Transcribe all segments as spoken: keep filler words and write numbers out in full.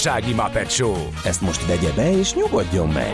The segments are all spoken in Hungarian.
Sági Muppet Show. Ezt most vegye be és nyugodjon meg.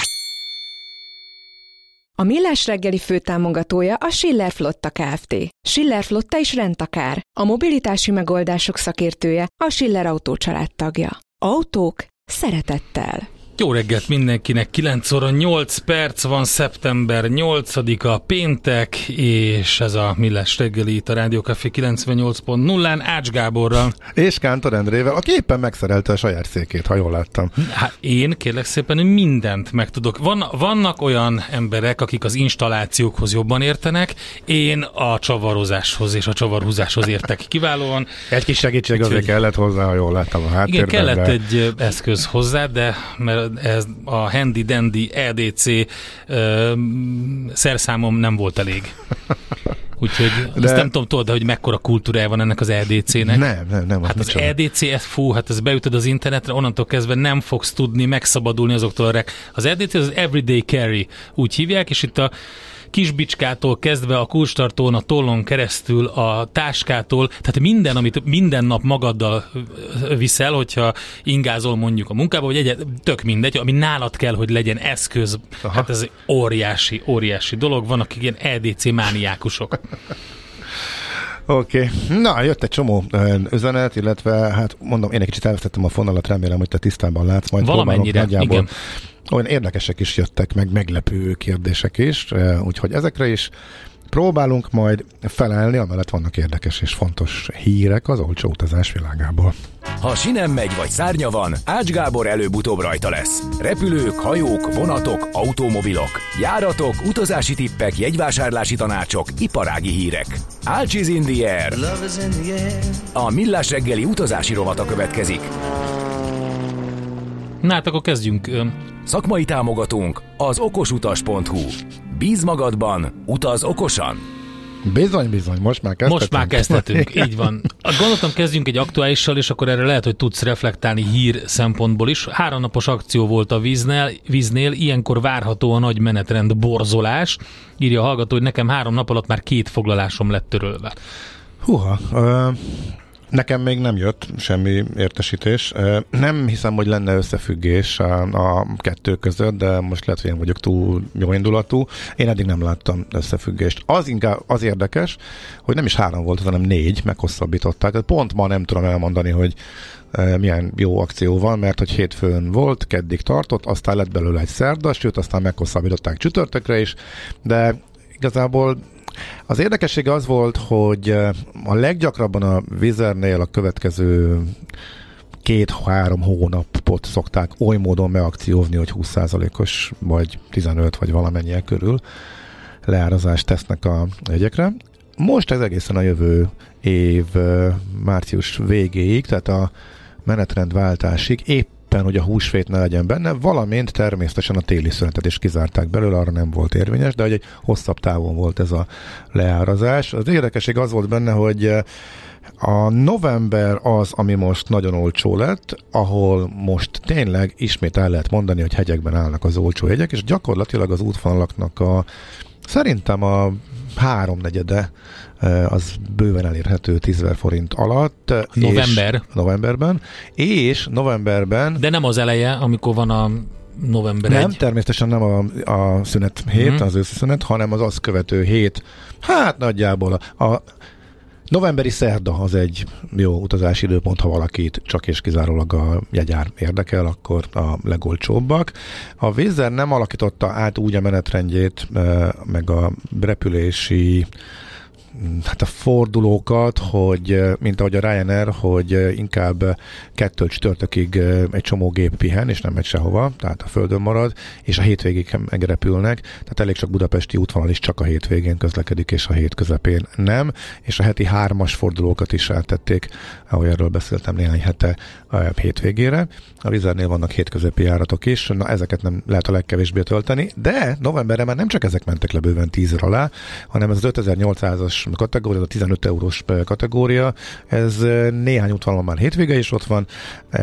A Millás reggeli főtámogatója a Schiller Flotta Kft. Schiller Flotta is rendtakár. A mobilitási megoldások szakértője, a Schiller Autó család tagja. Autók szeretettel. Jó reggelt mindenkinek, kilenc óra nyolc perc van, szeptember nyolcadika, péntek, és ez a Millás reggeli itt a Rádió Café kilencvennyolc pont nullán Ács Gáborral. És Kántor Endrével, aki éppen megszerelte a saját székét, ha jól láttam. Hát én kérlek szépen mindent megtudok. Van, vannak olyan emberek, akik az installációkhoz jobban értenek, én a csavarozáshoz és a csavarhúzáshoz értek kiválóan. Egy kis segítség azért úgy, kellett hozzá, ha jól láttam a háttérben. Igen, kellett egy eszköz hozzá, de mert ez a handy dandy é dé cé uh, szerszámom nem volt elég. Úgyhogy de... azt nem tudom, tudod, hogy mekkora kultúrája van ennek az é dé cének. Nem, nem, nem. Hát az é dé cé, ez fú, hát ez beütöd az internetre, onnantól kezdve nem fogsz tudni megszabadulni azoktól a rek. Az é dé cé az Everyday Carry, úgy hívják, és itt a kisbicskától kezdve a kulcstartón, a tollon keresztül, a táskától, tehát minden, amit minden nap magaddal viszel, hogyha ingázol mondjuk a munkába, vagy egyet, tök mindegy, ami nálad kell, hogy legyen eszköz. Aha. Hát ez óriási, óriási dolog. Vannak ilyen é dé cé mániákusok. Oké. Okay. Na, jött egy csomó üzenet, illetve hát mondom, én egy kicsit elvesztettem a fonalat, remélem, hogy te tisztában látsz. Majd valamennyire, nagyjából, igen. Olyan érdekesek is jöttek, meg meglepő kérdések is, úgyhogy ezekre is próbálunk majd felelni, amellett vannak érdekes és fontos hírek az olcsó utazás világából. Ha sinem megy vagy szárnya van, Ács Gábor előbb-utóbb rajta lesz. Repülők, hajók, vonatok, automobilok, járatok, utazási tippek, jegyvásárlási tanácsok, iparági hírek. Ács is in the air. A Millás reggeli utazási rovata következik. Na hát akkor kezdjünk. Szakmai támogatónk az okosutas pont hu. Bíz magadban, utaz okosan. Bizony, bizony, most már kezdhetünk. Most már kezdhetünk, így van. Gondoltam, kezdjünk egy aktuálissal, és akkor erre lehet, hogy tudsz reflektálni hír szempontból is. Háromnapos akció volt a víznél, víznél, ilyenkor várható a nagy menetrend borzolás. Írja a hallgató, hogy nekem három nap alatt már két foglalásom lett törölve. Húha, uh... nekem még nem jött semmi értesítés. Nem hiszem, hogy lenne összefüggés a, a kettő között, de most lehet, hogy én vagyok túl jóindulatú. Én eddig nem láttam összefüggést. Az inkább az érdekes, hogy nem is három volt, hanem négy, meghosszabbították. Pont ma nem tudom elmondani, hogy milyen jó akció van, mert hogy hétfőn volt, keddig tartott, aztán lett belőle egy szerda, sőt, aztán meghosszabbították csütörtökre is, de igazából az érdekessége az volt, hogy a leggyakrabban a Wizzairnél a következő két-három hónapot szokták oly módon meakciózni, hogy húsz százalékos vagy tizenöt vagy valamennyi körül leárazást tesznek a jegyekre. Most ez egészen a jövő év március végéig, tehát a menetrendváltásig épp hogy a húsvét ne legyen benne, valamint természetesen a téli szünetet is kizárták belőle, arra nem volt érvényes, de hogy egy hosszabb távon volt ez a leárazás. Az érdekesség az volt benne, hogy a november az, ami most nagyon olcsó lett, ahol most tényleg ismét el lehet mondani, hogy hegyekben állnak az olcsó jegyek, és gyakorlatilag az útvonalaknak a szerintem a háromnegyede az bőven elérhető tízezer forint alatt. November. És novemberben. És novemberben... De nem az eleje, amikor van a november Nem, egy. természetesen nem a, a szünet hét, mm-hmm. az őszi szünet, hanem az azt követő hét. Hát nagyjából a, a novemberi szerda az egy jó utazási időpont, ha valakit csak és kizárólag a jegyár érdekel, akkor a legolcsóbbak. A Wizzair nem alakította át úgy a menetrendjét, meg a repülési hát a fordulókat, hogy mint ahogy a Ryanair, hogy inkább kettől csütörtökig egy csomó gép pihen, és nem megy sehova, tehát a földön marad, és a hétvégig megrepülnek, tehát elég sok budapesti útvonal is csak a hétvégén közlekedik, és a hét közepén nem, és a heti hármas fordulókat is áttették, ahogy erről beszéltem néhány hete a hétvégére. A Wizzairnél vannak hétközepi járatok is, na ezeket nem lehet a legkevésbé tölteni, de novemberre már nem csak ezek mentek le bőven tízre alá, hanem ez az ötezer-nyolcszázas eurós kategória, a tizenöt eurós kategória, ez néhány útvonalon már hétvége is ott van,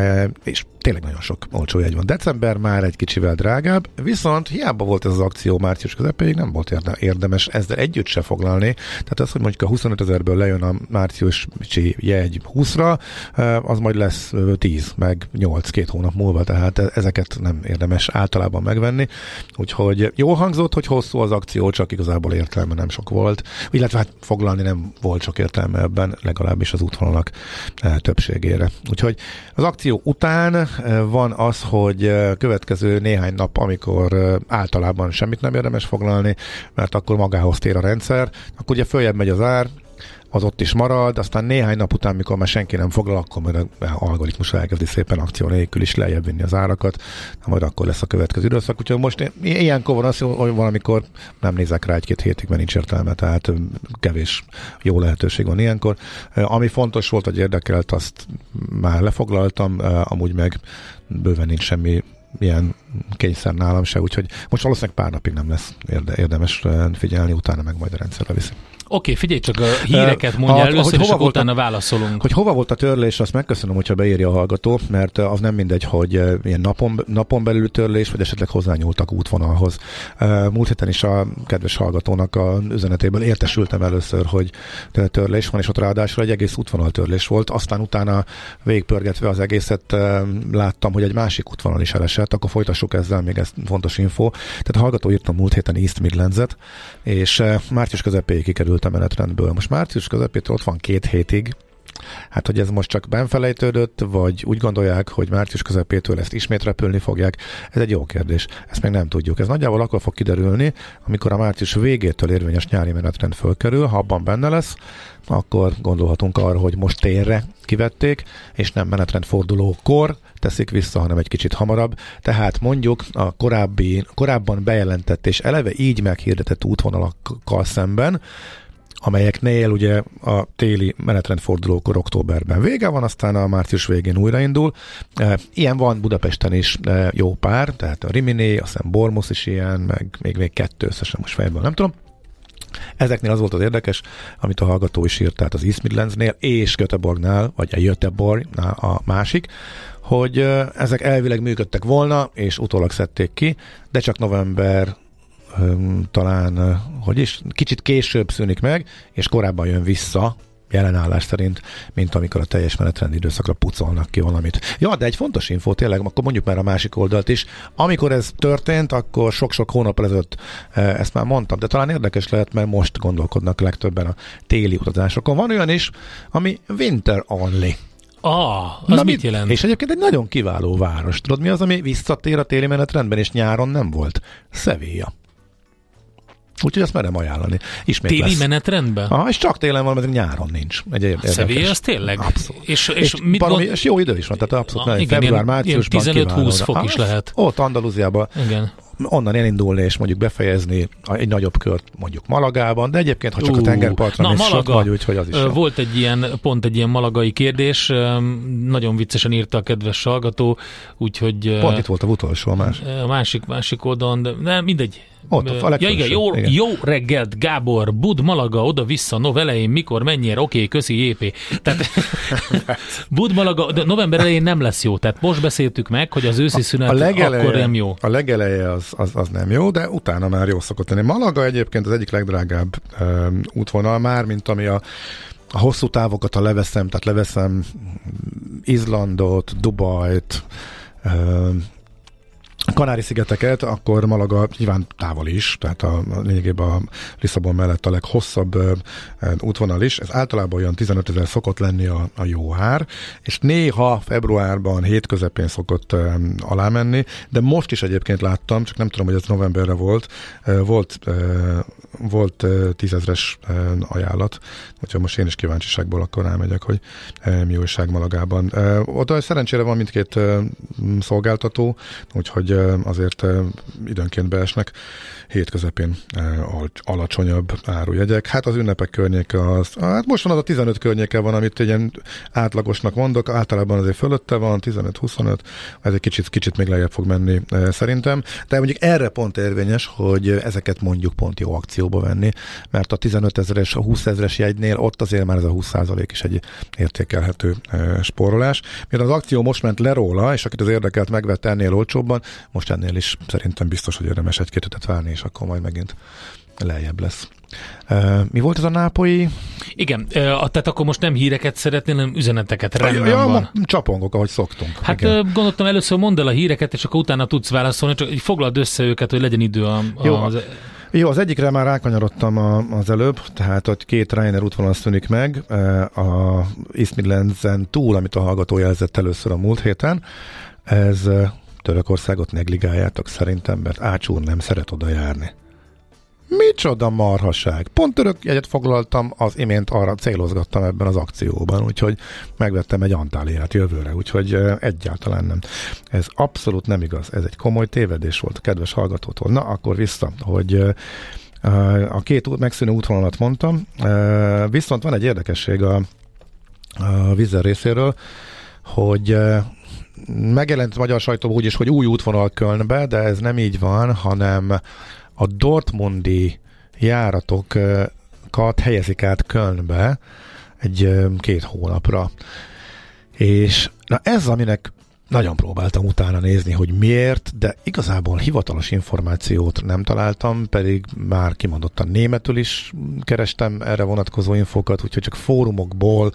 és tényleg nagyon sok olcsó jegy van. December már egy kicsivel drágább, viszont hiába volt ez az akció március közepéig, nem volt érdemes ezzel együtt se foglalni. Tehát az, hogy mondjuk a huszonöt ezerből lejön a márciusi jegy húszra, az majd lesz tíz, meg nyolc, két hónap múlva, tehát ezeket nem érdemes általában megvenni. Úgyhogy jól hangzott, hogy hosszú az akció, csak igazából értelme nem sok volt. Illetve hát foglalni nem volt sok értelme ebben, legalábbis az útvonalak többségére. Úgyhogy az akció után van az, hogy következő néhány nap, amikor általában semmit nem érdemes foglalni, mert akkor magához tér a rendszer, akkor ugye följebb megy az ár, az ott is marad, aztán néhány nap után, mikor már senki nem foglal, akkor majd az algoritmus elkezdi szépen akció nélkül is lejjebb vinni az árakat, majd akkor lesz a következő időszak. Úgyhogy most ilyenkor van az, hogy valamikor nem nézek rá egy-két hétig, mert nincs értelme, tehát kevés jó lehetőség van ilyenkor. Ami fontos volt, hogy érdekelt, azt már lefoglaltam, amúgy meg bőven nincs semmi ilyen kényszer nálam se, úgyhogy most valószínűleg pár napig nem lesz érde, érdemes figyelni, utána meg majd a rendszerre viszi. Oké, okay, figyelj csak, a híreket mondja uh, először, és akkor utána válaszolunk. Hogy hova volt a törlés, azt megköszönöm, hogyha beírja a hallgató, mert az nem mindegy, hogy ilyen napon, napon belül törlés, vagy esetleg hozzányúltak útvonalhoz. Múlt héten is a kedves hallgatónak a üzenetéből értesültem először, hogy törlés van, és ott ráadásul egy egész útvonal törlés volt. Aztán utána végigpörgetve az egészet láttam, hogy egy másik útvonal is elesett, akkor folytassuk ezzel, még ez fontos info. Tehát a hallgató írta múlt héten East Midlandset, és március közepéig kikerült a menetrendből. Most március közepétől ott van két hétig. Hát, hogy ez most csak benfelejtődött, vagy úgy gondolják, hogy március közepétől ezt ismét repülni fogják, ez egy jó kérdés. Ezt még nem tudjuk. Ez nagyjából akkor fog kiderülni, amikor a március végétől érvényes nyári menetrend fölkerül, ha abban benne lesz, akkor gondolhatunk arra, hogy most térre kivették, és nem menetrendfordulókor teszik vissza, hanem egy kicsit hamarabb. Tehát mondjuk a korábbi, korábban bejelentett és eleve így meghirdetett útvonalakkal szemben, amelyeknél ugye a téli menetrendfordulókor októberben vége van, aztán a március végén újraindul. Ilyen van Budapesten is jó pár, tehát a Rimini, a Szent Bormus is ilyen, meg még, még kettő összesen, most fejből nem tudom. Ezeknél az volt az érdekes, amit a hallgató is írt, tehát az East Midlandsnél és Göteborgnál, vagy a Göteborgnál a másik, hogy ezek elvileg működtek volna, és utólag szedték ki, de csak november talán, hogy is, kicsit később szűnik meg, és korábban jön vissza, jelenállás szerint, mint amikor a teljes menetrend időszakra pucolnak ki valamit. Ja, de egy fontos infó tényleg, akkor mondjuk már a másik oldalt is. Amikor ez történt, akkor sok-sok hónap ezelőtt ezt már mondtam, de talán érdekes lehet, mert most gondolkodnak legtöbben a téli utazásokon. Van olyan is, ami winter only. Ah, az Na, mit jelent? És egyébként egy nagyon kiváló város. Tudod, mi az, ami visszatér a téli menetrendben, és nyáron nem volt? Sevilla. Úgyhogy ezt merem ajánlani. Ismét téli lesz. menetrendben? Aha, és csak télen van, mert nyáron nincs. Egy Sevilla, az tényleg? Abszolút. És, és, és, mit valami, gond... és jó idő is van, tehát abszolút. Ah, igen, február, ilyen, márciusban ilyen tizenöt-húsz fok ah, is lehet. Ott Andalúziában. Igen. Onnan elindulni és mondjuk befejezni egy nagyobb kört mondjuk Malagában, de egyébként, ha csak uh, a tengerpartra mész, Malaga, vagy, úgyhogy az is jó. Volt egy ilyen, pont egy ilyen malagai kérdés, nagyon viccesen írta a kedves hallgató, úgyhogy... Pont itt volt a utolsó, a másik. A másik, másik oldalon, de nem, mindegy. Ott, a ja, igen, jó, igen. Jó reggelt, Gábor, Bud, Malaga, oda-vissza, nov elején, mikor, mennyire, oké, okay, köszi, jépé. Tehát Bud, Malaga, de november elején nem lesz jó, tehát most beszéltük meg, hogy az őszi szünet a legeleje, akkor nem jó. A legeleje az, az, az nem jó, de utána már jó szokott lenni. Malaga egyébként az egyik legdrágább um, útvonal már, mint ami a a hosszú távokat, ha leveszem, tehát leveszem Izlandot, Dubajt, um, Kanári-szigeteket, akkor Malaga nyilván távol is, tehát a, a lényegében a Lisszabon mellett a leghosszabb uh, útvonal is. Ez általában olyan tizenöt ezer szokott lenni a, a jó ár, és néha februárban, hét közepén szokott uh, alá menni, de most is egyébként láttam, csak nem tudom, hogy ez novemberre volt, uh, volt uh, volt uh, tízezres uh, ajánlat, úgyhogy most én is kíváncsiságból akkor rámegyek, hogy uh, mi újság Malagában. Uh, oda szerencsére van mindkét uh, szolgáltató, úgyhogy azért időnként beesnek hét közepén alacsonyabb árujegyek. Hát az ünnepek környéke az, hát most van az a tizenöt környéke van, amit egy ilyen átlagosnak mondok, általában azért fölötte van, tizenöt-huszonöt, ez egy kicsit, kicsit még lejjebb fog menni szerintem, de mondjuk erre pont érvényes, hogy ezeket mondjuk pont jó akcióba venni, mert a tizenöt ezeres, a húsz ezeres jegynél ott azért már ez a húsz százalék is egy értékelhető spórolás. Mivel az akció most ment le róla, és akit az érdekelt megvett ennél olcsóbban, most ennél is szerintem biztos, hogy érdemes egy-két ötet várni, és akkor majd megint lejjebb lesz. Uh, mi volt ez a nápolyi? Igen, uh, tehát akkor most nem híreket szeretnél, hanem üzeneteket. Rendben ja, van. Csapongok, ahogy szoktunk. Hát uh, gondoltam, először mondd el a híreket, és akkor utána tudsz válaszolni, csak foglald össze őket, hogy legyen idő a... a Jó, az... Jó, az egyikre már rákanyarodtam a, az előbb, tehát hogy két Ryanair útvonal szűnik meg a East Midlandsen túl, amit a hallgató jelzett először a múlt héten. Ez Törökországot negligáljátok szerintem, mert Ács úr nem szeret oda járni. Micsoda marhaság. Pont török jegyet foglaltam, az imént arra célozgattam ebben az akcióban, úgyhogy megvettem egy Antáliát jövőre, úgyhogy egyáltalán nem. Ez abszolút nem igaz. Ez egy komoly tévedés volt a kedves hallgatótól. Na, akkor vissza, hogy a két megszűnő útvonalat mondtam, viszont van egy érdekesség a, a Wizz részéről, hogy megjelent magyar sajtóban úgyis, hogy új útvonal Kölnbe, de ez nem így van, hanem a dortmundi járatokat helyezik át Kölnbe egy két hónapra. És na ez, aminek nagyon próbáltam utána nézni, hogy miért, de igazából hivatalos információt nem találtam, pedig már kimondottan németül is kerestem erre vonatkozó infókat, úgyhogy csak fórumokból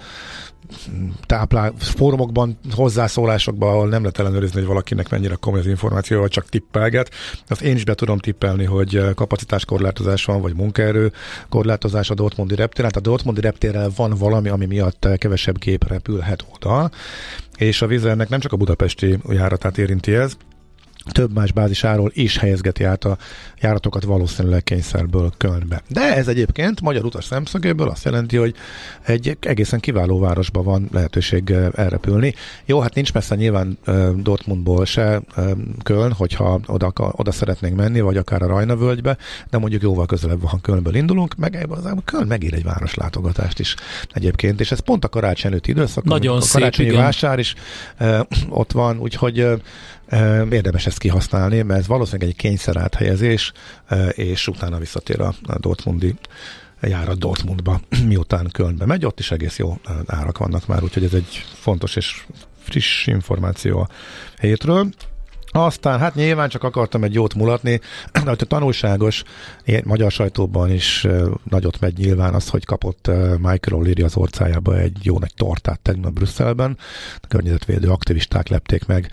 táplál, fórumokban, hozzászólásokban, ahol nem lehet ellenőrizni, hogy valakinek mennyire komoly az információ, vagy csak tippelget. Azt én is be tudom tippelni, hogy kapacitáskorlátozás van, vagy munkaerő korlátozás a Dortmundi reptéren. Hát a Dortmundi reptérrel van valami, ami miatt kevesebb gép repülhet oda, és a Wizzernek nem csak a budapesti járatát érinti ez, több más bázisáról is helyezgeti át a járatokat valószínűleg kényszerből Kölnbe. De ez egyébként magyar utas szemszögéből azt jelenti, hogy egy egészen kiváló városban van lehetőség elrepülni. Jó, hát nincs messze nyilván Dortmundból se Köln, hogyha oda, oda szeretnénk menni, vagy akár a Rajna völgybe, de mondjuk jóval közelebb van, Kölnből indulunk, meg az Köln megír egy városlátogatást is egyébként, és ez pont a karácsony előtti időszak, nagyon a szép, karácsonyi igen. vásár is e, ott van, úgyhogy e, érdemes ezt kihasználni, mert ez valószínűleg egy kényszer áthelyezés, és utána visszatér a Dortmundi járat Dortmundba, miután Kölnbe megy, ott is egész jó árak vannak már, úgyhogy ez egy fontos és friss információ a hétről. Aztán, hát nyilván csak akartam egy jót mulatni, de hogy a tanulságos, ilyen magyar sajtóban is nagyot megy nyilván az, hogy kapott Michael O'Leary az orcájába egy jó nagy tortát tegnap Brüsszelben, a környezetvédő aktivisták lepték meg,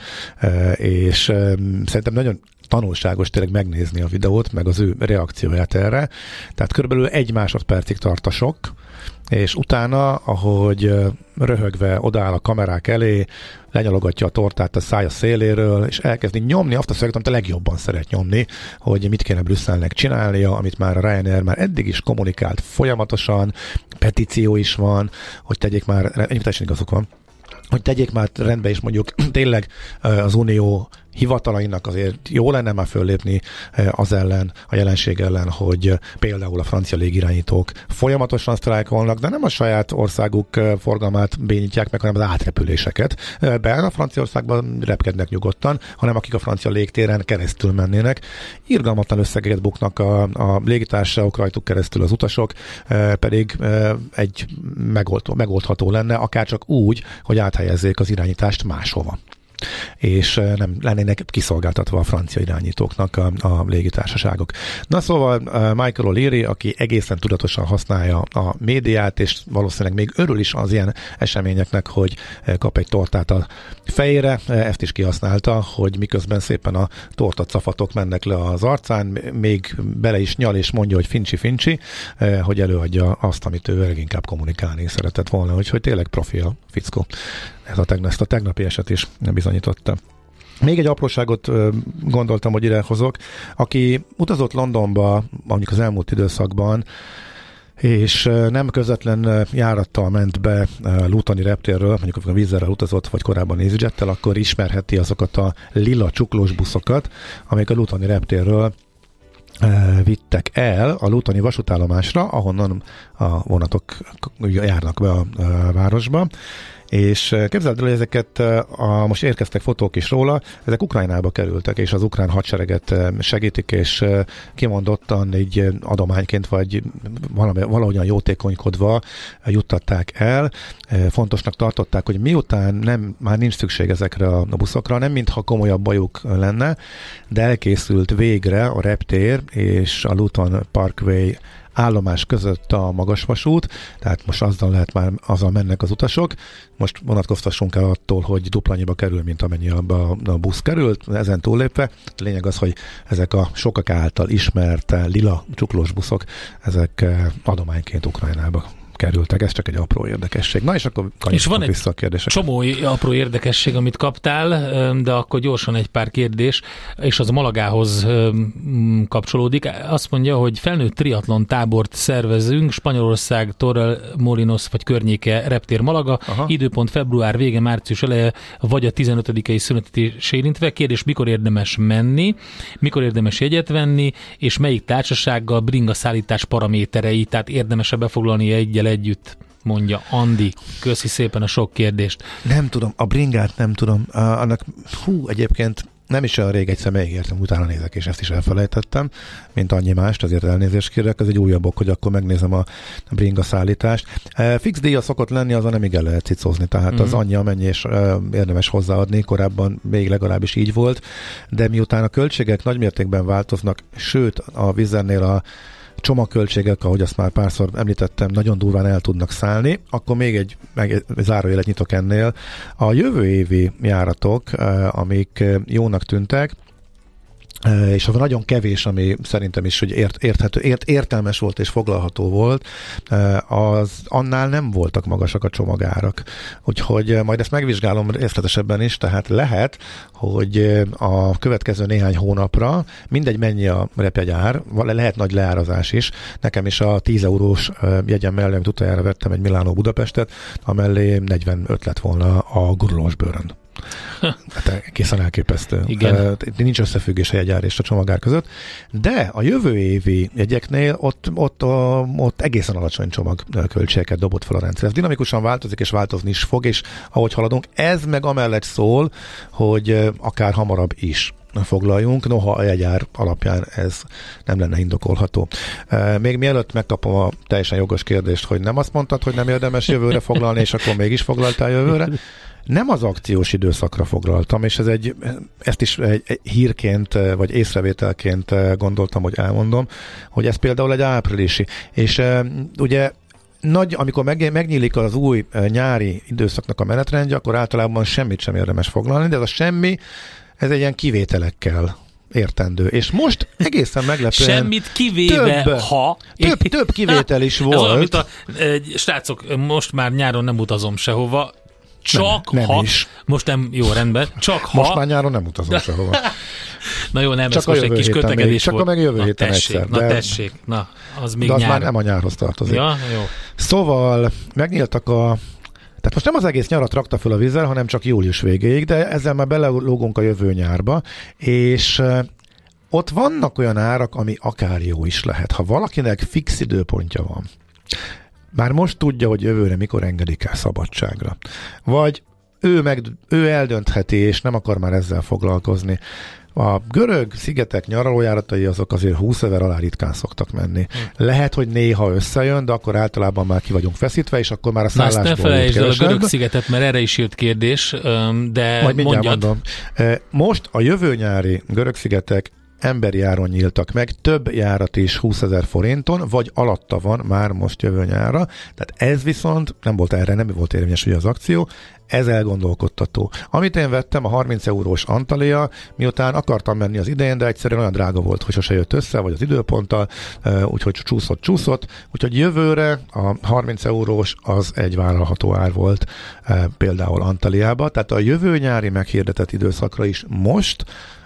és szerintem nagyon tanulságos tényleg megnézni a videót, meg az ő reakcióját erre. Tehát körülbelül egy másodpercig tart a sok, és utána, ahogy röhögve odaáll a kamerák elé, lenyalogatja a tortát a szája széléről, és elkezdi nyomni azt a szöveget, amit a legjobban szeret nyomni, hogy mit kéne Brüsszelnek csinálnia, amit már a Ryanair már eddig is kommunikált folyamatosan, petíció is van, hogy tegyék már, teljesen igazuk van, hogy tegyék már rendbe, és mondjuk tényleg az Unió hivatalainak azért jó lenne már föllépni az ellen, a jelenség ellen, hogy például a francia légirányítók folyamatosan sztrájkolnak, de nem a saját országuk forgalmát bénítják meg, hanem az átrepüléseket. Belga Franciaországban repkednek nyugodtan, hanem akik a francia légtéren keresztül mennének. Irgalmatlan összegeket buknak a, a légitársaságok, rajtuk keresztül az utasok, pedig egy megoldható, megoldható lenne, akár csak úgy, hogy áthelyezzék az irányítást máshova, és nem lennének kiszolgáltatva a francia irányítóknak a, a légitársaságok. Na szóval Michael O'Leary, aki egészen tudatosan használja a médiát, és valószínűleg még örül is az ilyen eseményeknek, hogy kap egy tortát a fejére, ezt is kihasználta, hogy miközben szépen a tortacafatok mennek le az arcán, még bele is nyal és mondja, hogy fincsi fincsi, hogy előadja azt, amit ő leginkább kommunikálni szeretett volna, úgyhogy tényleg profi a fickó. Ez a, tegnap, ezt a tegnapi eset is bizonyította. Még egy apróságot gondoltam, hogy ide hozok. Aki utazott Londonba, mondjuk az elmúlt időszakban, és nem közvetlen járattal ment be Lutoni reptérről, mondjuk amikor vízzel utazott, vagy korábban EasyJettel, akkor ismerheti azokat a lila csuklós buszokat, amik a Lutoni reptérről vittek el a Lutoni vasútállomásra, ahonnan a vonatok járnak be a városba. És képzeld el, hogy ezeket, a, most érkeztek fotók is róla, ezek Ukrajnába kerültek, és az ukrán hadsereget segítik, és kimondottan így adományként, vagy valami, valahogyan jótékonykodva juttatták el. Fontosnak tartották, hogy miután nem, már nincs szükség ezekre a buszokra, nem mintha komolyabb bajuk lenne, de elkészült végre a reptér és a Luton Parkway állomás között a magasvasút, tehát most azzal lehet már, azzal mennek az utasok. Most vonatkoztassunk el attól, hogy dupla annyiba kerül, mint amennyi abba a busz került, ezen túllépve. A lényeg az, hogy ezek a sokak által ismert lila csuklós buszok, ezek adományként Ukrajnába kerültek. Ez csak egy apró érdekesség. Na és akkor és van vissza a kérdések. Csomó apró érdekesség, amit kaptál, de akkor gyorsan egy pár kérdés, és az a Malagához kapcsolódik. Azt mondja, hogy felnőtt triatlon tábort szervezünk, Spanyolország, Torremolinos vagy környéke, reptér Malaga, aha. Időpont február vége, március eleje, vagy a tizenötödikei szünetet érintve. Kérdés, mikor érdemes menni, mikor érdemes jegyet venni, és melyik társasággal, bringa szállítás paraméterei, tehát érdemes-e befoglalni egyel együtt, mondja Andi. Köszi szépen a sok kérdést. Nem tudom, a bringát nem tudom. Uh, annak, hú, egyébként nem is olyan rég egyszer megígértem, utána nézek, és ezt is elfelejtettem, mint annyi mást, azért elnézést kérek, ez egy újabb ok, hogy akkor megnézem a bringa szállítást. Uh, fix díja szokott lenni, azon nem igen lehet cicózni, tehát mm-hmm. az annyi, amennyi, és uh, érdemes hozzáadni, korábban még legalábbis így volt, de miután a költségek nagymértékben változnak, sőt, a Wizzairnél a csomagköltségek, ahogy azt már párszor említettem, nagyon durván el tudnak szállni, akkor még egy, meg egy zárójelet nyitok ennél. A jövő évi járatok, amik jónak tűntek, és az nagyon kevés, ami szerintem is hogy ért, érthető, ért, értelmes volt és foglalható volt, az annál nem voltak magasak a csomagárak. Úgyhogy majd ezt megvizsgálom részletesebben is, tehát lehet, hogy a következő néhány hónapra mindegy mennyi a repjegyár, lehet nagy leárazás is. Nekem is a tíz eurós jegyem mellé, amit utoljára vettem egy Milánó Budapestet, amellé negyvenöt lett volna a gurulós bőrön. Hát egészen elképesztő. Igen. Nincs összefüggés a jegyár és a csomagár között, de a jövő évi jegyeknél ott, ott, ott egészen alacsony csomagköltségeket dobott fel a rendszer. Ez dinamikusan változik, és változni is fog, és ahogy haladunk, ez meg amellett szól, hogy akár hamarabb is foglaljunk, noha a jegyár alapján ez nem lenne indokolható. Még mielőtt megkapom a teljesen jogos kérdést, hogy nem azt mondtad, hogy nem érdemes jövőre foglalni, és akkor mégis foglaltál jövőre, nem az akciós időszakra foglaltam, és ez egy, ezt is egy, egy hírként, vagy észrevételként gondoltam, hogy elmondom, hogy ez például egy áprilisi. És e, ugye nagy, amikor meg, megnyílik az új nyári időszaknak a menetrendje, akkor általában semmit sem érdemes foglalni, de ez a semmi, ez egy ilyen kivételekkel értendő. És most egészen meglepően semmit kivéve, több, ha... Több, több kivétel is volt. Ez olyan, mint a, srácok, most már nyáron nem utazom sehova, csak nem, nem ha... Is. Most nem, jó, rendben. Csak ha... Most már nyáron nem utazom sehova. Na jó, nem, csak ez most egy kis kötekedés még, volt. Csak a meg jövő na, héten tessék, egyszer. Na de, tessék, na, az még de az nyár. már nem a nyárhoz tartozik. Ja, jó. Szóval megnyíltak a... Tehát most nem az egész nyarat rakta föl a Wizzair, hanem csak július végéig, de ezzel már belelógunk a jövő nyárba, és ott vannak olyan árak, ami akár jó is lehet. Ha valakinek fix időpontja van, már most tudja, hogy jövőre mikor engedik el szabadságra. Vagy ő, meg, ő eldöntheti, és nem akar már ezzel foglalkozni. A görög szigetek nyaralójáratai azok azért húsz ezer alá ritkán szoktak menni. Hm. Lehet, hogy néha összejön, de akkor általában már ki vagyunk feszítve, és akkor már a szállásból Na, ezt ne felejtsd el a görög szigetet, mert erre is jött kérdés, de majd mindjárt mondjad. Mondom. Most a jövő nyári görög szigetek emberi áron nyíltak meg, több járat is húszezer forinton, vagy alatta van már most jövő nyárra. Tehát ez viszont nem volt erre, nem volt érvényes ugye az akció, ez elgondolkodtató. Amit én vettem, a harminc eurós Antalya, miután akartam menni az idején, de egyszerűen olyan drága volt, hogy sose jött össze, vagy az időponttal, úgyhogy csúszott, csúszott. Úgyhogy jövőre a harminc eurós az egy vállalható ár volt például Antalyába. Tehát a jövő nyári meghirdetett időszakra is most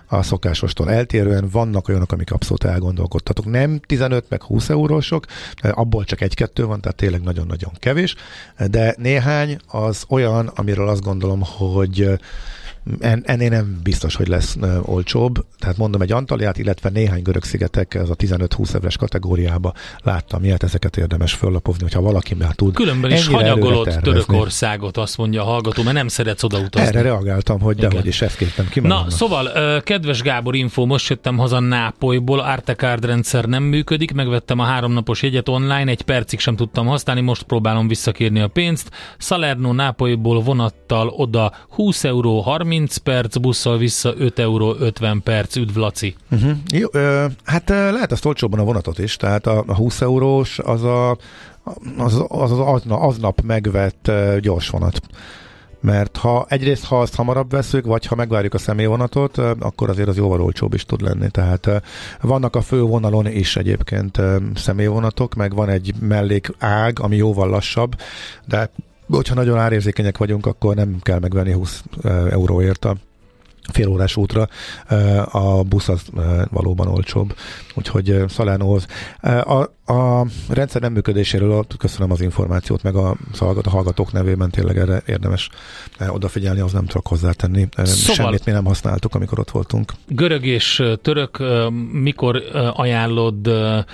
a szokásostól eltérően vannak olyanok, amik abszolút elgondolkodtatok. Nem tizenöt meg húsz eurósok, abból csak egy-kettő van, tehát tényleg nagyon-nagyon kevés, de néhány az olyan, amiről azt gondolom, hogy En, ennél nem biztos, hogy lesz uh, olcsóbb. Tehát mondom, egy Antaliát, illetve néhány görög-szigetek, ez a tizenöt-húsz éves kategóriába láttam ilyet, ezeket érdemes föllapozni, hogyha valaki már tud. Különben is hanyagolod Törökországot, azt mondja a hallgató, mert nem szeretsz odautazni. Erre reagáltam, hogy dehogy is, ezt kértem ki. Na, szóval, kedves Gábor info, most jöttem haza Nápolyból, Arte Card rendszer nem működik, megvettem a háromnapos jegyet online, egy percig sem tudtam használni, most próbálom visszakérni a pénzt. Salerno Nápolyból vonattal oda húsz euró harminc perc, busszal vissza öt euró ötven perc, üdv Laci. Uh-huh. Jó, ö, hát lehet azt olcsóban a vonatot is, tehát a, a húsz eurós az a, az, az, az aznap, aznap megvett uh, gyors vonat. Mert ha egyrészt, ha azt hamarabb veszük, vagy ha megvárjuk a személyvonatot, uh, akkor azért az jóval olcsóbb is tud lenni. Tehát uh, vannak a fővonalon is egyébként uh, személyvonatok, meg van egy mellék ág, ami jóval lassabb, de hogyha nagyon árérzékenyek vagyunk, akkor nem kell megvenni húsz euróért a fél órás útra. A busz az valóban olcsóbb. Úgyhogy Salernóhoz. A, a rendszer nem működéséről köszönöm az információt, meg a, a hallgatók nevében tényleg erre érdemes odafigyelni, az nem tudok hozzátenni. Szóval semmit mi nem használtuk, amikor ott voltunk. Görög és török, mikor ajánlod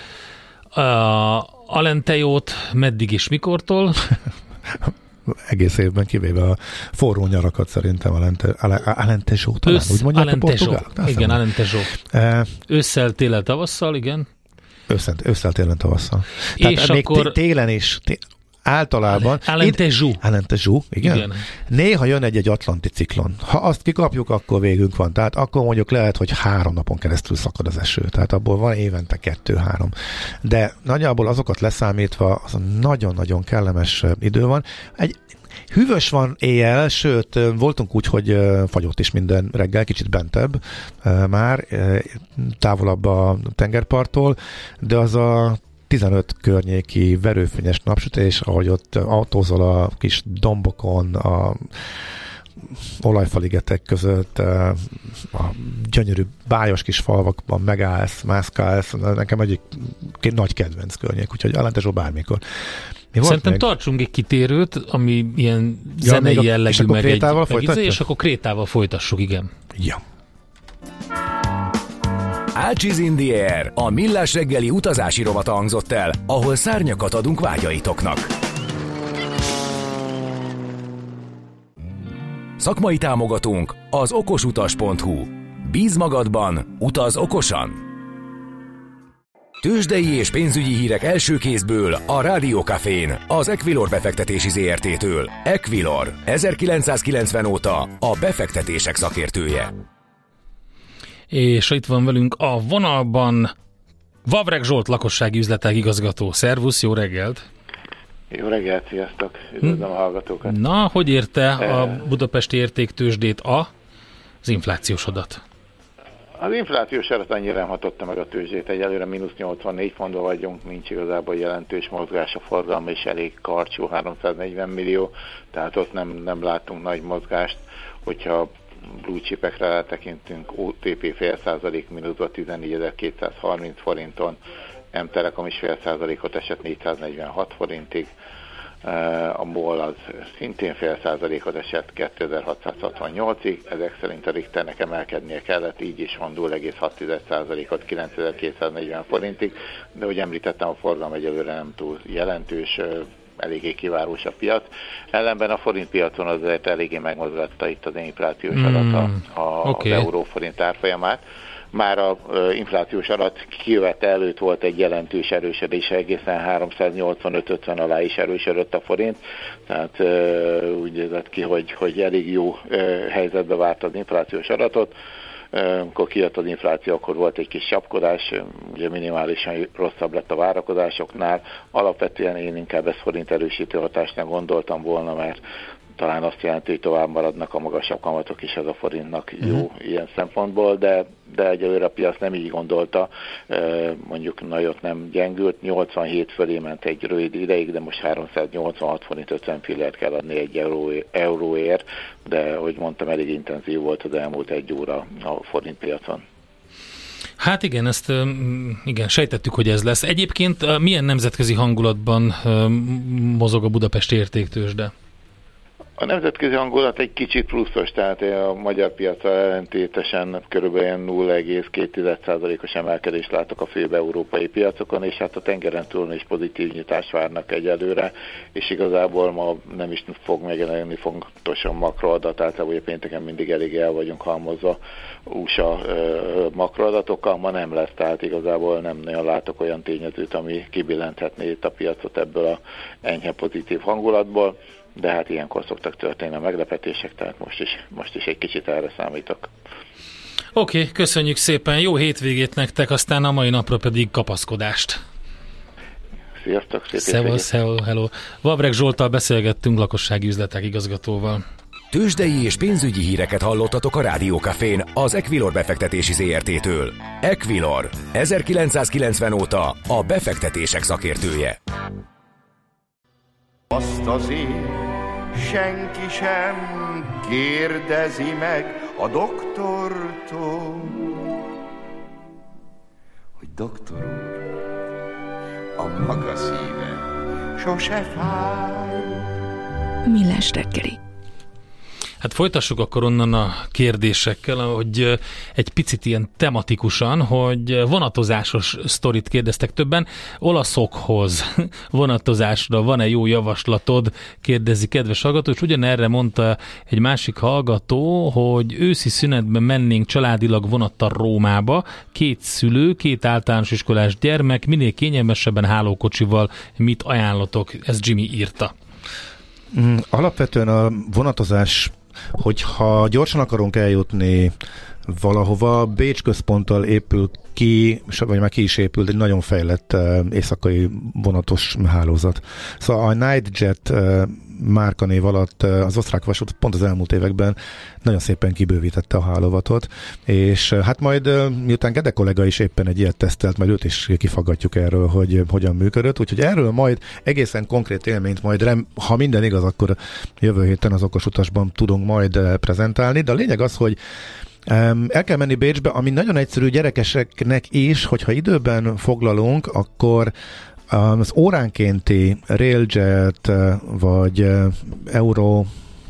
Alentejót, meddig és mikortól? Egész évben, kivéve a forró nyarakat szerintem Alentejo, talán Össz, úgy mondják Alentejo. a portugálok? Igen, Alentejo. E, ősszel, télen, tavasszal, igen. Ősszel, ősszel télen, tavasszal. Tehát és még akkor télen is, té- általában Alentejo. Alentejo, igen? igen. Néha jön egy-egy atlanti ciklon. Ha azt kikapjuk, akkor végünk van. Tehát akkor mondjuk lehet, hogy három napon keresztül szakad az eső. Tehát abból van évente kettő-három. De nagyjából azokat leszámítva, az nagyon-nagyon kellemes idő van. Egy hűvös van éjjel, sőt, voltunk úgy, hogy fagyott is minden reggel, kicsit bentebb már, távolabb a tengerparttól, de az a tizenöt környéki verőfényes napsütés, ahogy ott autózol a kis dombokon, a olajfaligetek között, a gyönyörű bájos kis falvakban megállsz, mászkálsz, nekem egyik nagy kedvenc környék, úgyhogy Alentejo bármikor. Szerintem még? Tartsunk egy kitérőt, ami ilyen ja, zenei a, jellegű, meg egy, meg és akkor Krétával folytassuk, igen. Ja. Ácsiz in the Air, a millás reggeli utazási rovata hangzott el, ahol szárnyakat adunk vágyaitoknak. Szakmai támogatónk az okosutas pont hu. Bíz magadban, utaz okosan! Tőzsdei és pénzügyi hírek első kézből a Rádió Cafén, az Equilor befektetési zé er té-től. Equilor, ezerkilencszázkilencven óta a befektetések szakértője. És itt van velünk a vonalban Vavreg Zsolt, lakossági üzletág igazgató. Szervusz, jó reggelt! Jó reggelt, sziasztok! Üdvözlöm a hallgatókat! Na, hogy érte a budapesti értéktőzsdét a, az inflációs adat? Az inflációs adat annyira nem hatotta meg a tőzsdét, egyelőre mínusz nyolcvannégy fontban vagyunk, nincs igazából jelentős mozgás, a forgalma is elég karcsú, háromszáznegyven millió, tehát ott nem, nem látunk nagy mozgást, hogyha blue chipekre eltekintünk, o té pé fél százalék mínuszba tizennégyezer-kétszázharminc forinton, M-Telekom is fél százalékot esett négyszáznegyvenhat forintig, a MOL az szintén fél százalékot esett kétezer-hatszázhatvannyolcig, ezek szerint a Richternek emelkednie kellett, így is van nulla egész hat százalékot kilencezer-kétszáznegyven forintig, de ahogy említettem, a forgalom egyelőre nem túl jelentős, eléggé kivárós a piac. Ellenben a forint piacon azért eléggé megmozgatta itt az inflációs mm, adat a, a, okay. az euró-forint árfolyamát. Már az inflációs adat kijövet előtt volt egy jelentős erősödés, egészen háromszáznyolcvanöt ötven alá is erősödött a forint, tehát úgy nézett ki, hogy, hogy elég jó helyzetbe várt az inflációs adatot. Amikor kijött az infláció, akkor volt egy kis csapkodás, ugye minimálisan rosszabb lett a várakozásoknál. Alapvetően én inkább ezt forint erősítő hatásnak gondoltam volna, mert talán azt jelenti, hogy tovább maradnak a magasabb kamatok is, ez a forintnak jó uh-huh. ilyen szempontból, de, de egyelőre a piac nem így gondolta, mondjuk nagyot nem gyengült, nyolcvanhét fölé ment egy rövid ideig, de most háromszáznyolcvanhat forint ötven fillért kell adni egy euró, euróért, de ahogy mondtam, elég intenzív volt az elmúlt egy óra a forintpiacon. Hát igen, ezt igen, sejtettük, hogy ez lesz. Egyébként milyen nemzetközi hangulatban mozog a budapesti értéktőzsde? A nemzetközi hangulat egy kicsit pluszos, tehát a magyar piacra ellentétesen körülbelül nulla egész két százalékos emelkedést látok a főbb európai piacokon, és hát a tengeren túlon is pozitív nyitást várnak egyelőre, és igazából ma nem is fog megjelenni fontosan makroadat, általában pénteken mindig elég el vagyunk halmozva u es á makroadatokkal, ma nem lesz, tehát igazából nem nagyon látok olyan tényezőt, ami kibillenthetné itt a piacot ebből a enyhe pozitív hangulatból. De hát ilyenkor szoktak történni a meglepetések, tehát most is, most is egy kicsit erre számítok. Oké, okay, köszönjük szépen, jó hétvégét nektek, aztán a mai napra pedig kapaszkodást. Sziasztok, szép Szevasz, hello, hello. Vavreg Zsolttal beszélgettünk, lakossági üzletek igazgatóval. Tőzsdei és pénzügyi híreket hallottatok a Rádió Cafén az Equilor befektetési zé er té-től. Equilor, ezerkilencszázkilencven óta a befektetések szakértője. Azt azért senki sem kérdezi meg a doktortól, hogy doktor úr, a maga szíve sose fáj. Millás reggeli. Hát folytassuk akkor onnan a kérdésekkel, hogy egy picit ilyen tematikusan, hogy vonatozásos sztorit kérdeztek többen. Olaszokhoz vonatozásra van-e jó javaslatod, kérdezi kedves hallgató, és ugyanerre mondta egy másik hallgató, hogy őszi szünetben mennénk családilag vonattal Rómába, két szülő, két általános iskolás gyermek, minél kényelmesebben hálókocsival, mit ajánlotok? Ez Jimmy írta. Alapvetően a vonatozás, hogyha gyorsan akarunk eljutni valahova, Bécs központtal épül ki, vagy már ki is épült egy nagyon fejlett uh, éjszakai vonatos hálózat. Szóval a Nightjet uh, márkanév alatt uh, az osztrák vasút pont az elmúlt években nagyon szépen kibővítette a hálózatot, és uh, hát majd uh, miután Gede kollega is éppen egy ilyet tesztelt, majd őt is kifaggatjuk erről, hogy uh, hogyan működött, úgyhogy erről majd egészen konkrét élményt majd, rem, ha minden igaz, akkor jövő héten az okos utasban tudunk majd uh, prezentálni, de a lényeg az, hogy Um, el kell menni Bécsbe, ami nagyon egyszerű gyerekeseknek is, hogyha időben foglalunk, akkor um, az óránkénti Railjet vagy uh, Euro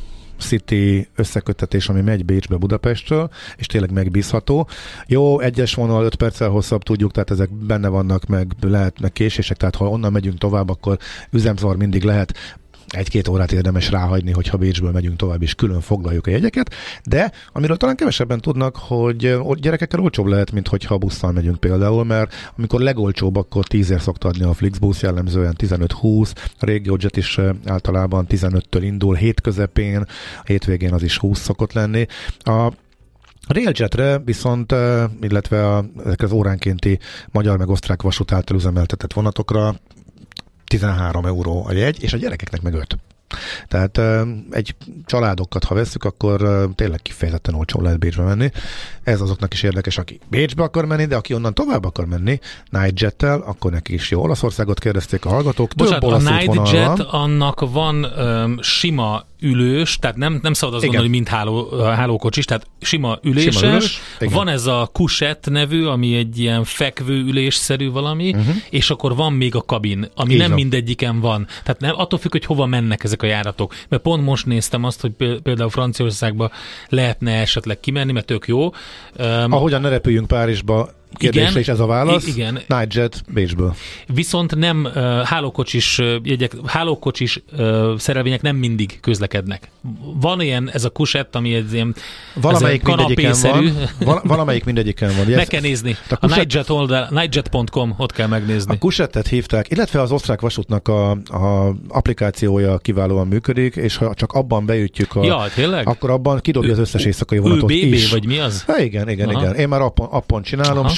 City összeköttetés, ami megy Bécsbe Budapestről, és tényleg megbízható. Jó, egyes vonal öt perccel hosszabb tudjuk, tehát ezek benne vannak, meg lehetnek késések, tehát ha onnan megyünk tovább, akkor üzemzavar mindig lehet. Egy-két órát érdemes ráhagyni, hogyha Bécsből megyünk tovább, és külön foglaljuk a jegyeket, de amiről talán kevesebben tudnak, hogy gyerekekkel olcsóbb lehet, mint hogyha busszal megyünk például, mert amikor legolcsóbb, akkor tízért szokta adni a Flixbus, jellemzően tizenöt-húsz, a RegioJet is általában tizenöttől indul, hét közepén, a hétvégén az is húsz szokott lenni. A Railjetre viszont, illetve a, az óránkénti magyar meg osztrák vasút által üzemeltetett vonatokra tizenhárom euró a jegy, és a gyerekeknek meg öt. Tehát egy családokat, ha vesszük, akkor tényleg kifejezetten olcsó lehet Bécsbe menni. Ez azoknak is érdekes, aki Bécsbe akar menni, de aki onnan tovább akar menni Nightjettel, akkor neki is jó. Olaszországot kérdezték a hallgatók. Bocsánat, a Nightjet, annak van um, sima ülős, tehát nem, nem szabad azt mondani, hogy mind háló, hálókocsis, tehát sima üléses. Sima ülős, van ez a Couchette nevű, ami egy ilyen fekvő ülésszerű valami, uh-huh. és akkor van még a kabin, ami Így nem van. mindegyiken van. Tehát nem, attól függ, hogy hova mennek ezek a járatok. Mert pont most néztem azt, hogy például Franciaországba lehetne esetleg kimenni, mert tök jó. Um, Ahogyan ne repüljünk Párizsba, kérdésre igen, is ez a válasz. Igen. Nightjet Bécsből. Viszont nem uh, hálókocsis jegyek, hálókocsis uh, szerelvények nem mindig közlekednek. Van ilyen, ez a Couchette, ami egy ilyen valamelyik mindegyiken van. Val- valamelyik mindegyiken van. Meg kell nézni. A, a Nightjet oldal, nightjet pont com, ott kell megnézni. A Couchettet hívták, illetve az osztrák vasútnak a, a applikációja kiválóan működik, és ha csak abban beütjük a, ja, tényleg? akkor abban kidobja az összes éjszakai vonatot is. is. Vagy mi az? Ha, igen, igen, Aha. igen. Én már appon, appon csinálom, Aha.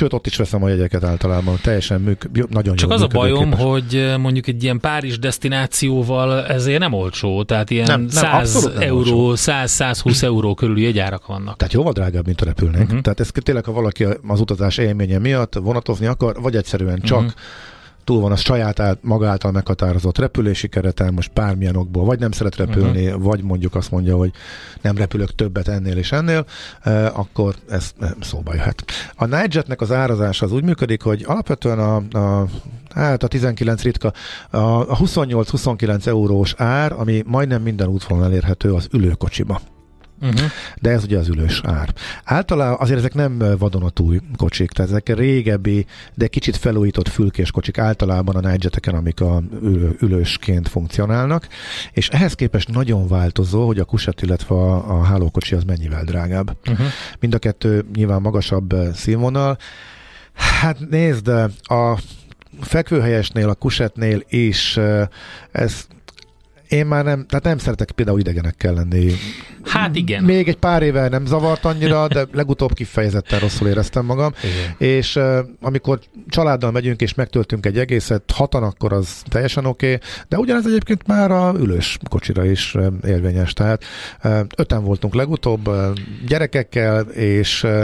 sőt ott is veszem a jegyeket általában, teljesen műk, nagyon Csak jó az a bajom, képes. hogy mondjuk egy ilyen Párizs desztinációval ezért nem olcsó, tehát ilyen nem, nem, száz euró, száz-százhúsz euró körüli jegyárak vannak. Tehát jóval drágább, mint a repülnénk. Uh-huh. Tehát ez tényleg, ha valaki az utazás élménye miatt vonatozni akar, vagy egyszerűen csak uh-huh. túl van a saját át, maga által meghatározott repülési kereten, most bármilyen okból, vagy nem szeret repülni, uh-huh. vagy mondjuk azt mondja, hogy nem repülök többet ennél és ennél, eh, akkor ez eh, szóba jöhet. A Nightjetnek az árazása az úgy működik, hogy alapvetően a, a hát a tizenkilenc ritka, a, a huszonnyolc-huszonkilenc eurós ár, ami majdnem minden útvonalon elérhető az ülőkocsiba. Uh-huh. De ez ugye az ülős ár. Általában azért ezek nem vadonatúj kocsik, tehát ezek régebbi, de kicsit felújított fülkés kocsik általában a Nightjeteken, amik a ül- ülősként funkcionálnak, és ehhez képest nagyon változó, hogy a kusett, illetve a, a hálókocsi az mennyivel drágább. Uh-huh. Mind a kettő nyilván magasabb színvonal. Hát nézd, a fekvőhelyesnél, a kusettnél is ez én már nem, tehát nem szeretek például idegenekkel lenni. Hát igen. Még egy pár éve nem zavart annyira, de legutóbb kifejezetten rosszul éreztem magam. Igen. És uh, amikor családdal megyünk és megtöltünk egy egészet, hatan, akkor az teljesen oké, okay, de ugyanez egyébként már a ülős kocsira is uh, érvényes. Tehát uh, öten voltunk legutóbb uh, gyerekekkel, és uh,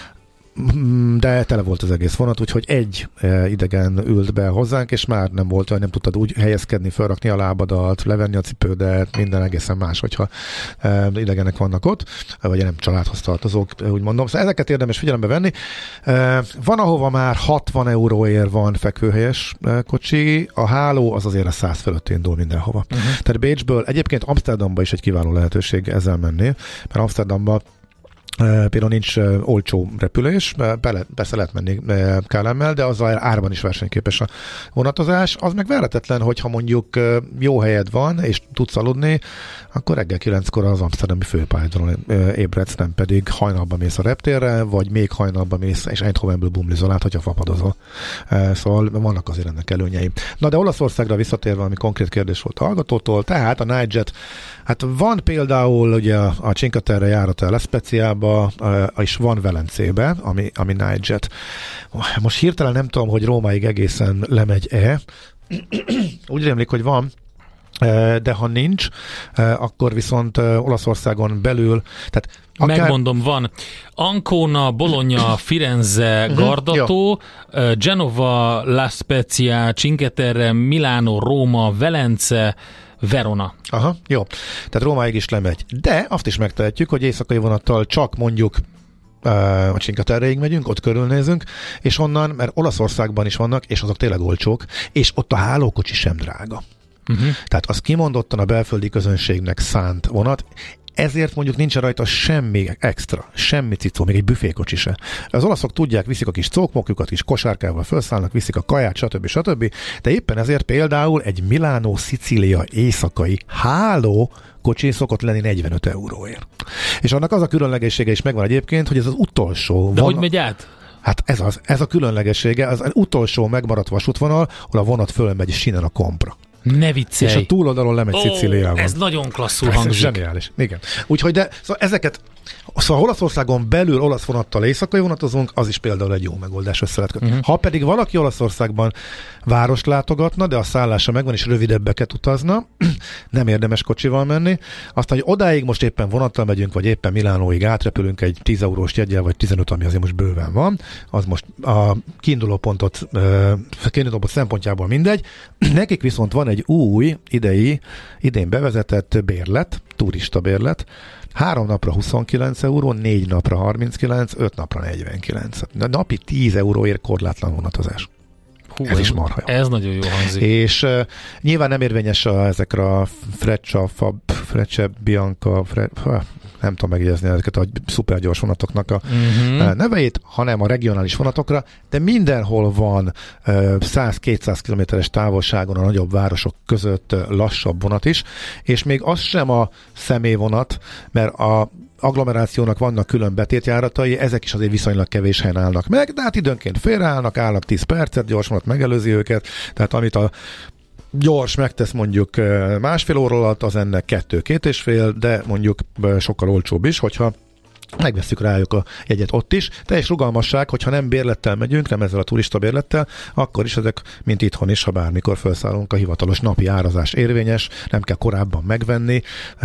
de tele volt az egész vonat, úgyhogy egy idegen ült be hozzánk, és már nem volt olyan, nem tudtad úgy helyezkedni, felrakni a lábadat, levenni a cipődet, minden egészen más, hogyha idegenek vannak ott, vagy nem családhoz tartozók, úgy mondom. Szóval ezeket érdemes figyelembe venni. Van, ahova már hatvan euróért van fekvőhelyes kocsi, a háló az azért a száz fölött indul mindenhova. Uh-huh. Tehát Bécsből, egyébként Amsterdamba is egy kiváló lehetőség ezzel menni, mert Amsterdamba például nincs olcsó repülés, persze lehet menni ká el em-mel, de az árban is versenyképes a vonatozás. Az meg verhetetlen, hogyha mondjuk jó helyed van, és tudsz aludni, akkor reggel kilenckor az amsterdami főpályadon ébredsz, nem pedig hajnalban mész a reptérre, vagy még hajnalban mész, és Eindhovenből bumlizol át, hogyha fapadozol. Szóval vannak azért ennek előnyei. Na de Olaszországra visszatérve, ami konkrét kérdés volt a hallgatótól, tehát a Nightjet, hát van például ugye a Cinque Terre járata La Speziába, és van Velencébe, ami, ami Nightjet. Most hirtelen nem tudom, hogy Rómáig egészen lemegy-e. Úgy rémlik, hogy van, de ha nincs, akkor viszont Olaszországon belül, tehát akár... Megmondom, van Ancona, Bologna, Firenze, Gardato, Genova, La Spezia, Cinque Terre, Milano, Róma, Velence, Verona. Aha, jó. Tehát Rómáig is lemegy. De azt is megtehetjük, hogy éjszakai vonattal csak mondjuk a Cinque Terreig megyünk, ott körülnézünk, és onnan, mert Olaszországban is vannak, és azok tényleg olcsók, és ott a hálókocsi sem drága. Uh-huh. Tehát az kimondottan a belföldi közönségnek szánt vonat, ezért mondjuk nincs rajta semmi extra, semmi cicó, még egy büfékocsi se. Az olaszok tudják, viszik a kis cókmokjukat, kis kosárkával felszállnak, viszik a kaját, stb. stb. De éppen ezért például egy Milánó-Szicília éjszakai háló kocsi szokott lenni negyvenöt euróért. És annak az a különlegessége is megvan egyébként, hogy ez az utolsó. De hogy megy át? Hát ez az, ez a különlegessége, az utolsó megmaradt vasútvonal, ahol a vonat fölmegy sinen a Kompra. Ne viccelj. És a túloldalon lemegy oh, Szicíliában. Ez nagyon klasszul hangzik. Zseniális. Igen. Úgyhogy de szóval ezeket, szóval Olaszországon belül olasz vonattal éjszakai vonatozunk, az is például egy jó megoldás össze lehet kötni. Uh-huh. Ha pedig valaki Olaszországban várost látogatna, de a szállása megvan, és rövidebbeket utazna, nem érdemes kocsival menni. Aztán, hogy odáig most éppen vonattal megyünk, vagy éppen Milánóig átrepülünk egy tíz eurós jeggyel, vagy tizenöt, ami azért most bőven van, az most a kiinduló pontot, kiinduló pont szempontjából mindegy. Nekik viszont van egy új idei, idén bevezetett bérlet, turista bérlet, három napra huszonkilenc euró, négy napra harminckilenc, öt napra negyvenkilenc. Napi tíz euróért korlátlan vonatozás. Hú, ez, ez is marha jó. Ez nagyon jó hangzik. És uh, nyilván nem érvényes a, ezekre a Freccia, Fab, Freccia, Bianca, Fre, ha, nem tudom megjegyezni ezeket a szupergyors vonatoknak a uh-huh. neveit, hanem a regionális vonatokra, de mindenhol van uh, száz-kétszáz kilométeres távolságon a nagyobb városok között uh, lassabb vonat is, és még az sem a személyvonat, mert a agglomerációnak vannak külön betétjáratai, ezek is azért viszonylag kevés helyen állnak meg, de hát időnként félreállnak, állnak tíz percet, gyors vonat megelőzi őket, tehát amit a gyors megtesz mondjuk másfél óra alatt, az ennek kettő, két és fél, de mondjuk sokkal olcsóbb is, hogyha megvesszük rájuk a jegyet ott is. Teljes rugalmasság, hogyha nem bérlettel megyünk, nem ezzel a turista bérlettel, akkor is ezek, mint itthon is, ha bármikor felszállunk, a hivatalos napi árazás érvényes, nem kell korábban megvenni.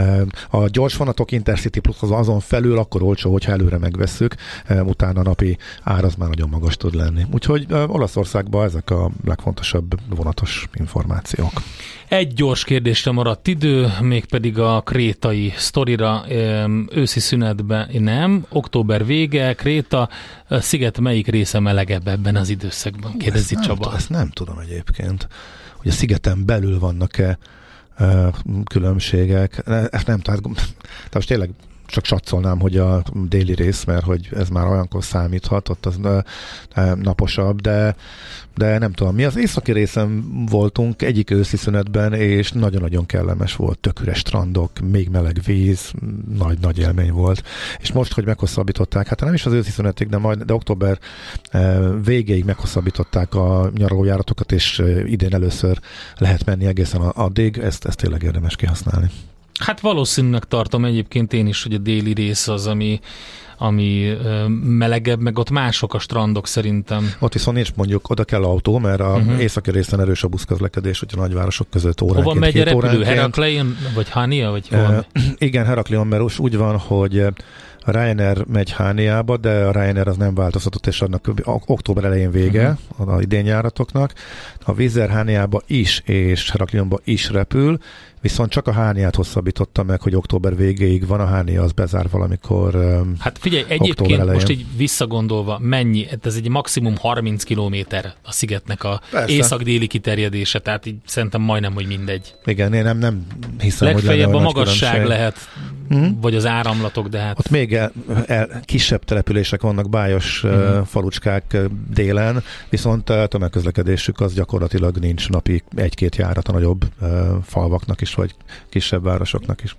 A gyors vonatok Intercity Plus az azon felül akkor olcsó, hogyha előre megvesszük, utána a napi áraz már nagyon magas tud lenni. Úgyhogy Olaszországban ezek a legfontosabb vonatos információk. Egy gyors kérdésre maradt idő, mégpedig a krétai sztorira. Őszi szünetben nem, október vége, Kréta, a sziget melyik része melegebb ebben az időszakban? Kérdezi ezt Csaba. Nem, ezt nem tudom egyébként, hogy a szigeten belül vannak-e uh, különbségek. Ezt nem, tehát, tehát most tényleg csak satszolnám, hogy a déli rész, mert hogy ez már olyankor számíthat, ott az naposabb, de, de nem tudom. Mi az északi részen voltunk egyik őszi szünetben, és nagyon-nagyon kellemes volt, tök üres strandok, még meleg víz, nagy-nagy élmény volt. És most, hogy meghosszabbították, hát nem is az őszi szünetig, de majd de október végéig meghosszabbították a nyaralójáratokat, és idén először lehet menni egészen addig, ezt, ezt tényleg érdemes kihasználni. Hát valószínűleg tartom egyébként én is, hogy a déli rész az, ami, ami ö, melegebb, meg ott mások a strandok szerintem. Ott viszont nincs mondjuk, oda kell autó, mert a uh-huh. északi részen erős a buszközlekedés, hogy a nagyvárosok között óránként, hova megy a repülő? óránként. Herakleion, vagy Hania, vagy hol? Uh, igen, Herakleion, mert úgy van, hogy a Ryanair megy Hániába, de a Ryanair az nem változtatott, és annak október elején vége uh-huh. az idényjáratoknak. A Wizz Air Hániába is, és Herakleionba is repül, viszont csak a Hániát hosszabbította meg, hogy október végéig van, a Hánia az bezár valamikor. Hát figyelj, egyébként most így visszagondolva, mennyi, ez egy maximum harminc kilométer a szigetnek a Persze. észak-déli kiterjedése, tehát így szerintem majdnem, hogy mindegy. Igen, én nem, nem hiszem, legfeljebb hogy lenne a magasság különbség. Lehet, hmm? vagy az áramlatok, de hát... Ott még el, el, kisebb települések vannak, bájos uh-huh. falucskák délen, viszont a tömegközlekedésük az gyakorlatilag nincs, napi egy-két járat a nagyobb uh, falvaknak is, vagy kisebb városoknak is.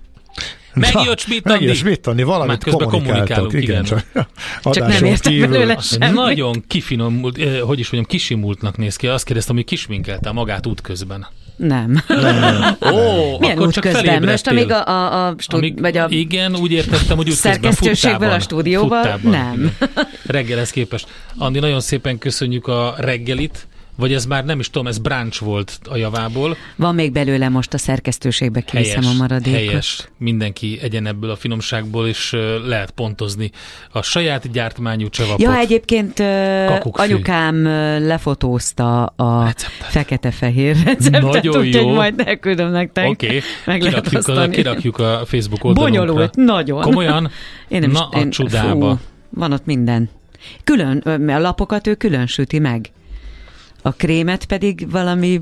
Megjött Schmidt-Andi! Megjött Schmidt-Andi, valamit kommunikáltak. Igen, igen. Csak, csak nem értem belőle semmi. Nagyon kifinomult, eh, hogy is mondjam, kisimultnak néz ki. Azt kérdeztem, hogy kisminkelte magát útközben. Nem. nem. Ó, milyen akkor csak útközben? Most amíg a, a, a, stúd... amíg, vagy a igen, úgy értettem, hogy útközben szerkesztőségből a stúdióban? Futtában. Nem. Reggelhez képest. Andi, nagyon szépen köszönjük a reggelit. Vagy ez már nem is tudom, ez brunch volt a javából. Van még belőle, most a szerkesztőségbe kiviszem a maradékot. Helyes, mindenki egyen ebből a finomságból, és lehet pontozni a saját gyártmányú csavapot. Ja, egyébként anyukám lefotózta a receptet. Fekete-fehér receptet, nagyon úgyhogy jó. majd elküldöm nektek. Oké, okay. Meg kirakjuk, a, kirakjuk a Facebook oldalunkra. Bonyolult, nagyon. Komolyan? Én nem Na is, én, a csodába. Fú, van ott minden. Külön, a lapokat ő külön süti meg. A krémet pedig valami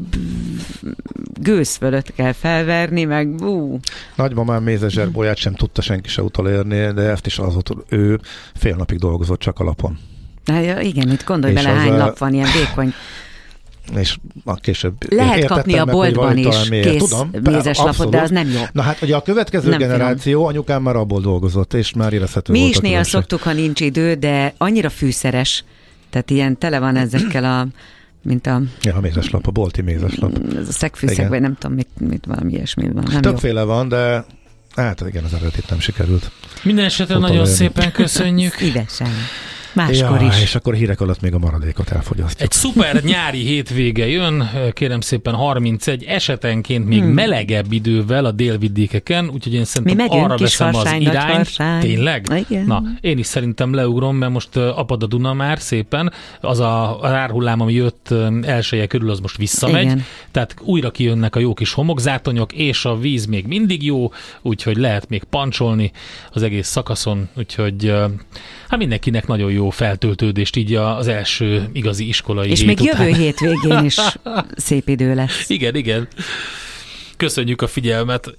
gőz fölött kell felverni, meg bú. Nagymamám mézes zserbóját sem tudta senki se utolérni, de ezt is az, ő fél napig dolgozott csak a lapon. Hát, igen, itt gondolj és bele, hány a... lap van, ilyen vékony. És a később lehet kapni a meg, boltban is kész Tudom, mézes lapot, de az nem jó. Na hát ugye a következő nem generáció, finom. Anyukám már abból dolgozott, és már érezhető Mi volt is a néha különbség. szoktuk, ha nincs idő, de annyira fűszeres, tehát ilyen tele van ezekkel a mint a... Ja, a mézeslap, a bolti mézeslap. Ez a szegfűszeg, vagy nem tudom, mit, mit valami ilyesmi van. Nem Többféle jó. van, de hát igen, az eredetit nem sikerült. Minden esetre nagyon szépen köszönjük. Szívesen. Máskor ja, is. És akkor hírek alatt még a maradékot elfogyasztjuk. Egy szuper nyári hétvége jön, kérem szépen harmincegy, esetenként még hmm. melegebb idővel a délvidékeken, úgyhogy én szerintem arra veszem az irányt. Tényleg? Igen. Na, én is szerintem leugrom, mert most apad a Duna már szépen, az a árhullám, ami jött elsője körül, az most visszamegy, igen. Tehát újra kijönnek a jó kis homokzátonyok, és a víz még mindig jó, úgyhogy lehet még pancsolni az egész szakaszon, úgyhogy hát mindenkinek nagyon jó feltöltődést így az első igazi iskolai és hét még után. Jövő hétvégén is szép idő lesz. Igen, igen. Köszönjük a figyelmet.